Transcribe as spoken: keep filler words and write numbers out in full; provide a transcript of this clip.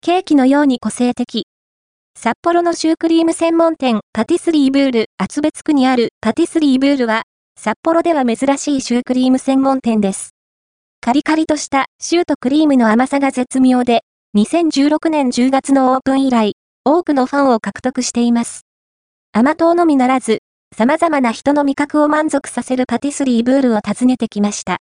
ケーキのように個性的。札幌のシュークリーム専門店パティスリーブール厚別区にあるパティスリーブールは、札幌では珍しいシュークリーム専門店です。カリカリとしたシューとクリームの甘さが絶妙で、にせんじゅうろくねんじゅうがつのオープン以来、多くのファンを獲得しています。甘党のみならず、様々な人の味覚を満足させるパティスリーブールを訪ねてきました。